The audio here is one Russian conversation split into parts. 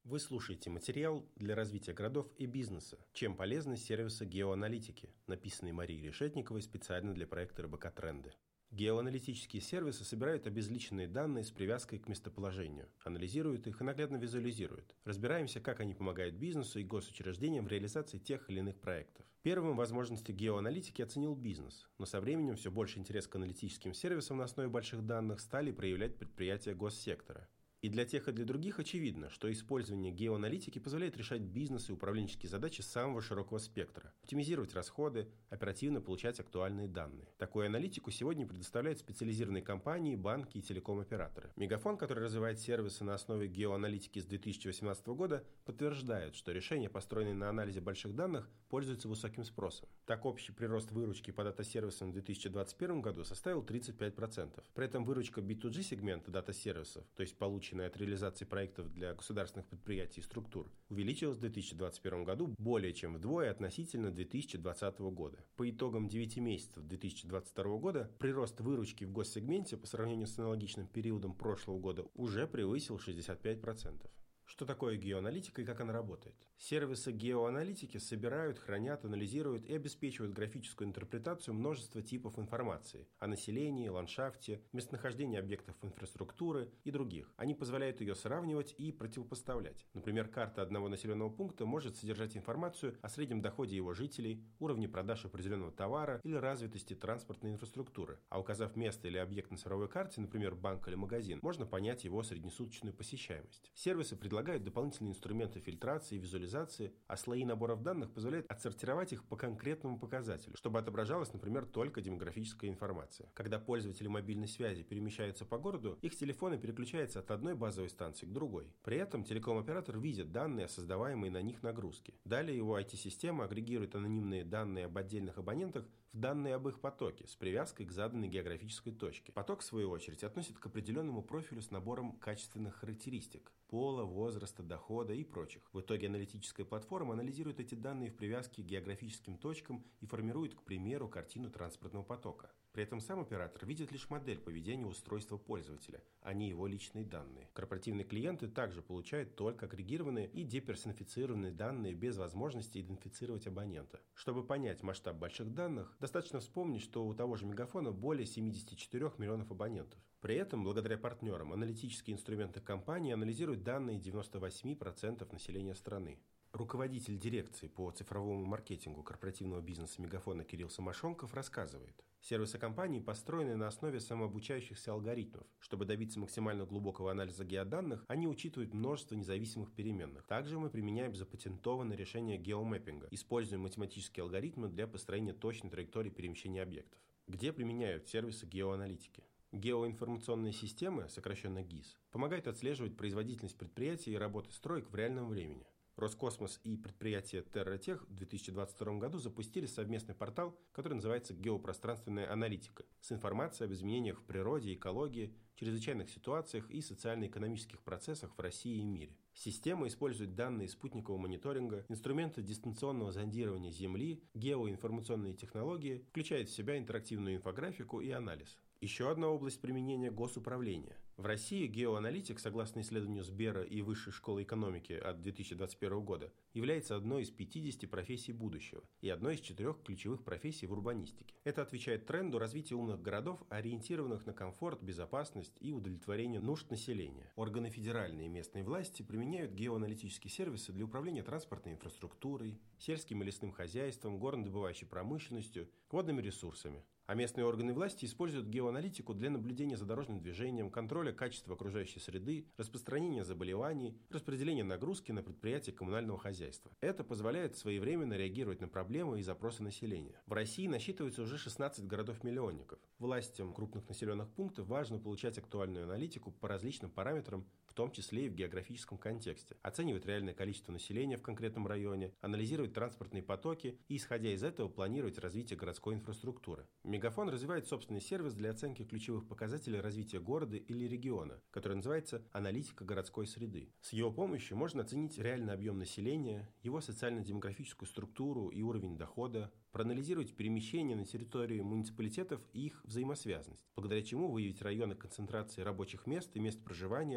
Вы слушаете материал для развития городов и бизнеса. Чем полезны сервисы геоаналитики, написанный Марией Решетниковой специально для проекта РБК Тренды. Геоаналитические сервисы собирают обезличенные данные с привязкой к местоположению, анализируют их и наглядно визуализируют. Разбираемся, как они помогают бизнесу и госучреждениям в реализации тех или иных проектов. Первым возможности геоаналитики оценил бизнес, но со временем все больше интерес к аналитическим сервисам на основе больших данных стали проявлять предприятия госсектора. И для тех, и для других очевидно, что использование геоаналитики позволяет решать бизнес и управленческие задачи самого широкого спектра, оптимизировать расходы, оперативно получать актуальные данные. Такую аналитику сегодня предоставляют специализированные компании, банки и телеком-операторы. Мегафон, который развивает сервисы на основе геоаналитики с 2018 года, подтверждает, что решения, построенные на анализе больших данных, пользуются высоким спросом. Так, общий прирост выручки по дата-сервисам в 2021 году составил 35%. При этом выручка B2G сегмента дата-сервисов, то есть полученная от реализации проектов для государственных предприятий и структур, увеличилась в 2021 году более чем вдвое относительно 2020 года. По итогам 9 месяцев 2022 года прирост выручки в госсегменте по сравнению с аналогичным периодом прошлого года уже превысил 65%. Что такое геоаналитика и как она работает? Сервисы геоаналитики собирают, хранят, анализируют и обеспечивают графическую интерпретацию множества типов информации о населении, ландшафте, местонахождении объектов инфраструктуры и других. Они позволяют ее сравнивать и противопоставлять. Например, карта одного населенного пункта может содержать информацию о среднем доходе его жителей, уровне продаж определенного товара или развитости транспортной инфраструктуры. А указав место или объект на цифровой карте, например, банк или магазин, можно понять его среднесуточную посещаемость. Сервисы предлагают дополнительные инструменты фильтрации и визуализации, а слои наборов данных позволяют отсортировать их по конкретному показателю, чтобы отображалась, например, только демографическая информация. Когда пользователи мобильной связи перемещаются по городу, их телефоны переключаются от одной базовой станции к другой. При этом телеком-оператор видит данные о создаваемой на них нагрузке. Далее его IT-система агрегирует анонимные данные об отдельных абонентах в данные об их потоке с привязкой к заданной географической точке. Поток, в свою очередь, относит к определенному профилю с набором качественных характеристик – пола, возраста, дохода и прочих. В итоге аналитическая платформа анализирует эти данные в привязке к географическим точкам и формирует, к примеру, картину транспортного потока. При этом сам оператор видит лишь модель поведения устройства пользователя, а не его личные данные. Корпоративные клиенты также получают только агрегированные и деперсонифицированные данные без возможности идентифицировать абонента. Чтобы понять масштаб больших данных, достаточно вспомнить, что у того же Мегафона более 74 миллионов абонентов. При этом, благодаря партнерам, аналитические инструменты компании анализируют данные 98% населения страны. Руководитель дирекции по цифровому маркетингу корпоративного бизнеса Мегафона Кирилл Самошонков рассказывает. Сервисы компании построены на основе самообучающихся алгоритмов. Чтобы добиться максимально глубокого анализа геоданных, они учитывают множество независимых переменных. Также мы применяем запатентованное решение геомэппинга, используем математические алгоритмы для построения точной траектории перемещения объектов. Где применяют сервисы геоаналитики? Геоинформационные системы, сокращенно ГИС, помогают отслеживать производительность предприятий и работы строек в реальном времени. Роскосмос и предприятие Терратех в 2022 году запустили совместный портал, который называется «Геопространственная аналитика», с информацией об изменениях в природе, экологии, чрезвычайных ситуациях и социально-экономических процессах в России и мире. Система использует данные спутникового мониторинга, инструменты дистанционного зондирования Земли, геоинформационные технологии, включает в себя интерактивную инфографику и анализ. Еще одна область применения – госуправления. В России геоаналитик, согласно исследованию Сбера и Высшей школы экономики от 2021 года, является одной из 50 профессий будущего и одной из 4 ключевых профессий в урбанистике. Это отвечает тренду развития умных городов, ориентированных на комфорт, безопасность и удовлетворение нужд населения. Органы федеральной и местной власти применяют геоаналитические сервисы для управления транспортной инфраструктурой, сельским и лесным хозяйством, горнодобывающей промышленностью, водными ресурсами. А местные органы власти используют геоаналитику для наблюдения за дорожным движением, контроля качества окружающей среды, распространения заболеваний, распределения нагрузки на предприятия коммунального хозяйства. Это позволяет своевременно реагировать на проблемы и запросы населения. В России насчитывается уже 16 городов-миллионников. Властям крупных населенных пунктов важно получать актуальную аналитику по различным параметрам, в том числе и в географическом контексте, оценивать реальное количество населения в конкретном районе, анализировать транспортные потоки и, исходя из этого, планировать развитие городской инфраструктуры. Мегафон развивает собственный сервис для оценки ключевых показателей развития города или региона, который называется «Аналитика городской среды». С его помощью можно оценить реальный объем населения, его социально-демографическую структуру и уровень дохода, проанализировать перемещения на территории муниципалитетов и их взаимосвязанность, благодаря чему выявить районы концентрации рабочих мест и мест проживания и оценить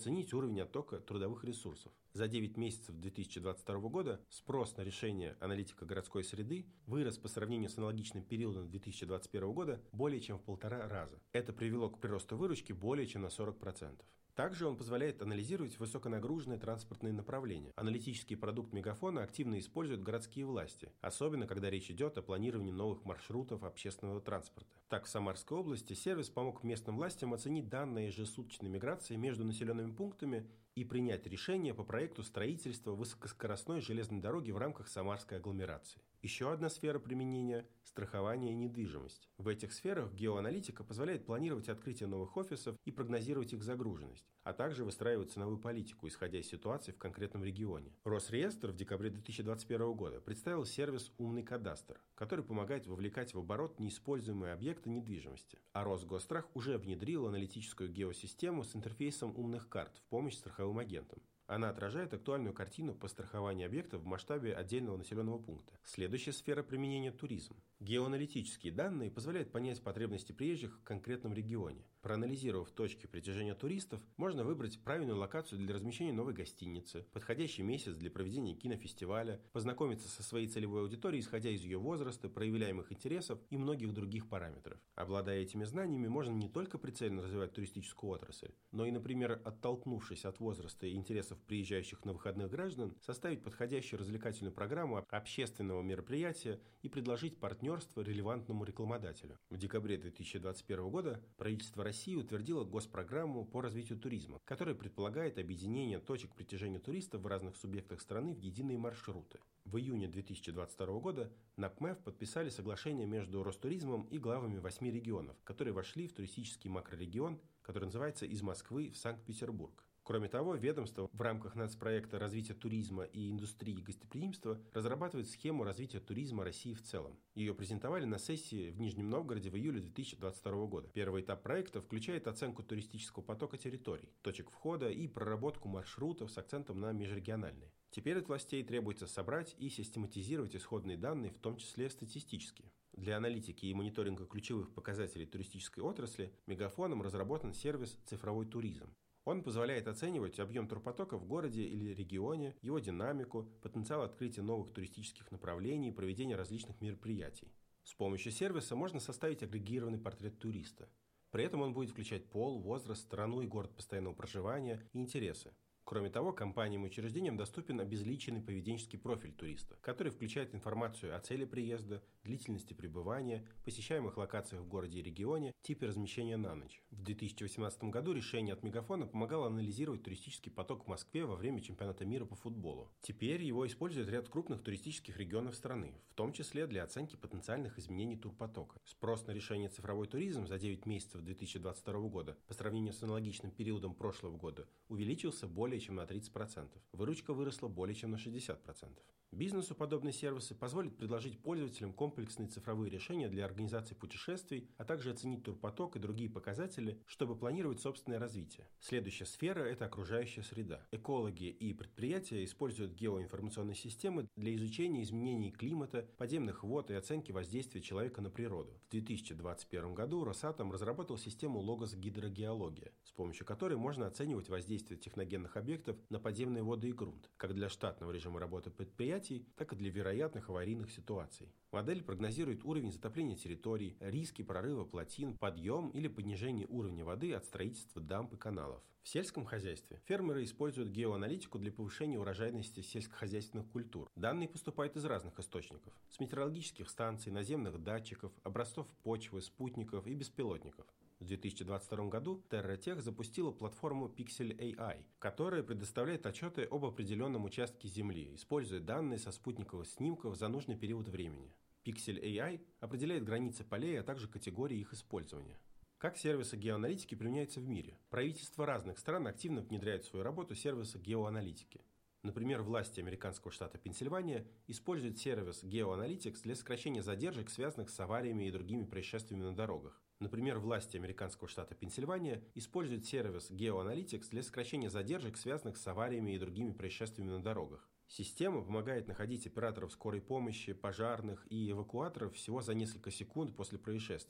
оценить уровень оттока трудовых ресурсов. За 9 месяцев 2022 года спрос на решение аналитика городской среды вырос по сравнению с аналогичным периодом 2021 года более чем в 1,5 раза. Это привело к приросту выручки более чем на 40%. Также он позволяет анализировать высоконагруженные транспортные направления. Аналитический продукт Мегафона активно используют городские власти, особенно когда речь идет о планировании новых маршрутов общественного транспорта. Так, в Самарской области сервис помог местным властям оценить данные ежесуточной миграции между населенными пунктами и принять решение по проекту строительства высокоскоростной железной дороги в рамках Самарской агломерации. Еще одна сфера применения – страхование и недвижимость. В этих сферах геоаналитика позволяет планировать открытие новых офисов и прогнозировать их загруженность, а также выстраивать ценовую политику, исходя из ситуации в конкретном регионе. Росреестр в декабре 2021 года представил сервис «Умный кадастр», который помогает вовлекать в оборот неиспользуемые объекты недвижимости. А Росгосстрах уже внедрил аналитическую геосистему с интерфейсом умных карт в помощь страховым агентам. Она отражает актуальную картину по страхованию объектов в масштабе отдельного населенного пункта. Следующая сфера применения – туризм. Геоаналитические данные позволяют понять потребности приезжих в конкретном регионе. Проанализировав точки притяжения туристов, можно выбрать правильную локацию для размещения новой гостиницы, подходящий месяц для проведения кинофестиваля, познакомиться со своей целевой аудиторией, исходя из ее возраста, проявляемых интересов и многих других параметров. Обладая этими знаниями, можно не только прицельно развивать туристическую отрасль, но и, например, оттолкнувшись от возраста и интересов приезжающих на выходных граждан, составить подходящую развлекательную программу общественного мероприятия и предложить партнерство релевантному рекламодателю. В декабре 2021 года правительство России утвердило госпрограмму по развитию туризма, которая предполагает объединение точек притяжения туристов в разных субъектах страны в единые маршруты. В июне 2022 года НАКМЭФ подписали соглашение между Ростуризмом и главами 8 регионов, которые вошли в туристический макрорегион, который называется «Из Москвы в Санкт-Петербург». Кроме того, ведомство в рамках нацпроекта развития туризма и индустрии гостеприимства разрабатывает схему развития туризма России в целом. Ее презентовали на сессии в Нижнем Новгороде в июле 2022 года. Первый этап проекта включает оценку туристического потока территорий, точек входа и проработку маршрутов с акцентом на межрегиональные. Теперь от властей требуется собрать и систематизировать исходные данные, в том числе статистические. Для аналитики и мониторинга ключевых показателей туристической отрасли Мегафоном разработан сервис «Цифровой туризм». Он позволяет оценивать объем турпотока в городе или регионе, его динамику, потенциал открытия новых туристических направлений и проведения различных мероприятий. С помощью сервиса можно составить агрегированный портрет туриста. При этом он будет включать пол, возраст, страну и город постоянного проживания и интересы. Кроме того, компаниям и учреждениям доступен обезличенный поведенческий профиль туриста, который включает информацию о цели приезда, длительности пребывания, посещаемых локациях в городе и регионе, типе размещения на ночь. В 2018 году решение от Мегафона помогало анализировать туристический поток в Москве во время чемпионата мира по футболу. Теперь его использует ряд крупных туристических регионов страны, в том числе для оценки потенциальных изменений турпотока. Спрос на решение «Цифровой туризм» за 9 месяцев 2022 года по сравнению с аналогичным периодом прошлого года увеличился более чем на 30%. Выручка выросла более чем на 60%. Бизнесу подобные сервисы позволят предложить пользователям комплексные цифровые решения для организации путешествий, а также оценить турпоток и другие показатели, чтобы планировать собственное развитие. Следующая сфера – это окружающая среда. Экологи и предприятия используют геоинформационные системы для изучения изменений климата, подземных вод и оценки воздействия человека на природу. В 2021 году Росатом разработал систему Логос-гидрогеология, с помощью которой можно оценивать воздействие техногенных объектов на подземные воды и грунт, как для штатного режима работы предприятий, так и для вероятных аварийных ситуаций. Модель прогнозирует уровень затопления территорий, риски прорыва плотин, подъем или понижение уровня воды от строительства дамб и каналов. В сельском хозяйстве фермеры используют геоаналитику для повышения урожайности сельскохозяйственных культур. Данные поступают из разных источников – с метеорологических станций, наземных датчиков, образцов почвы, спутников и беспилотников. В 2022 году TerraTech запустила платформу Pixel AI, которая предоставляет отчеты об определенном участке Земли, используя данные со спутниковых снимков за нужный период времени. Pixel AI определяет границы полей, а также категории их использования. Как сервисы геоаналитики применяются в мире? Правительства разных стран активно внедряют в свою работу сервисы геоаналитики. Например, власти американского штата Пенсильвания используют сервис GeoAnalytics для сокращения задержек, связанных с авариями и другими происшествиями на дорогах. Например, власти американского штата Пенсильвания используют сервис GeoAnalytics для сокращения задержек, связанных с авариями и другими происшествиями на дорогах. Система помогает находить операторов скорой помощи, пожарных и эвакуаторов всего за несколько секунд после происшествия.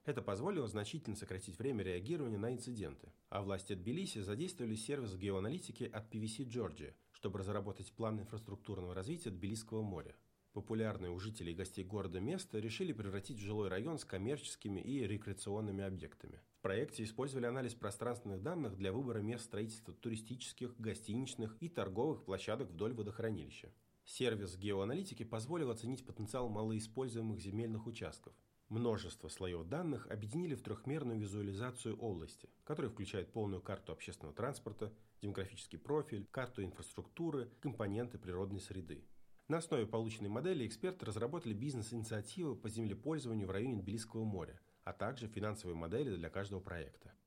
Это позволило значительно сократить время реагирования на инциденты, а власти Тбилиси задействовали сервис геоаналитики от PVC Georgia, чтобы разработать план инфраструктурного развития Тбилисского моря. Популярные у жителей и гостей города место решили превратить в жилой район с коммерческими и рекреационными объектами. В проекте использовали анализ пространственных данных для выбора мест строительства туристических, гостиничных и торговых площадок вдоль водохранилища. Сервис геоаналитики позволил оценить потенциал малоиспользуемых земельных участков. Множество слоев данных объединили в трехмерную визуализацию области, которая включает полную карту общественного транспорта, демографический профиль, карту инфраструктуры, компоненты природной среды. На основе полученной модели эксперты разработали бизнес-инициативы по землепользованию в районе Тбилисского моря, а также финансовые модели для каждого проекта.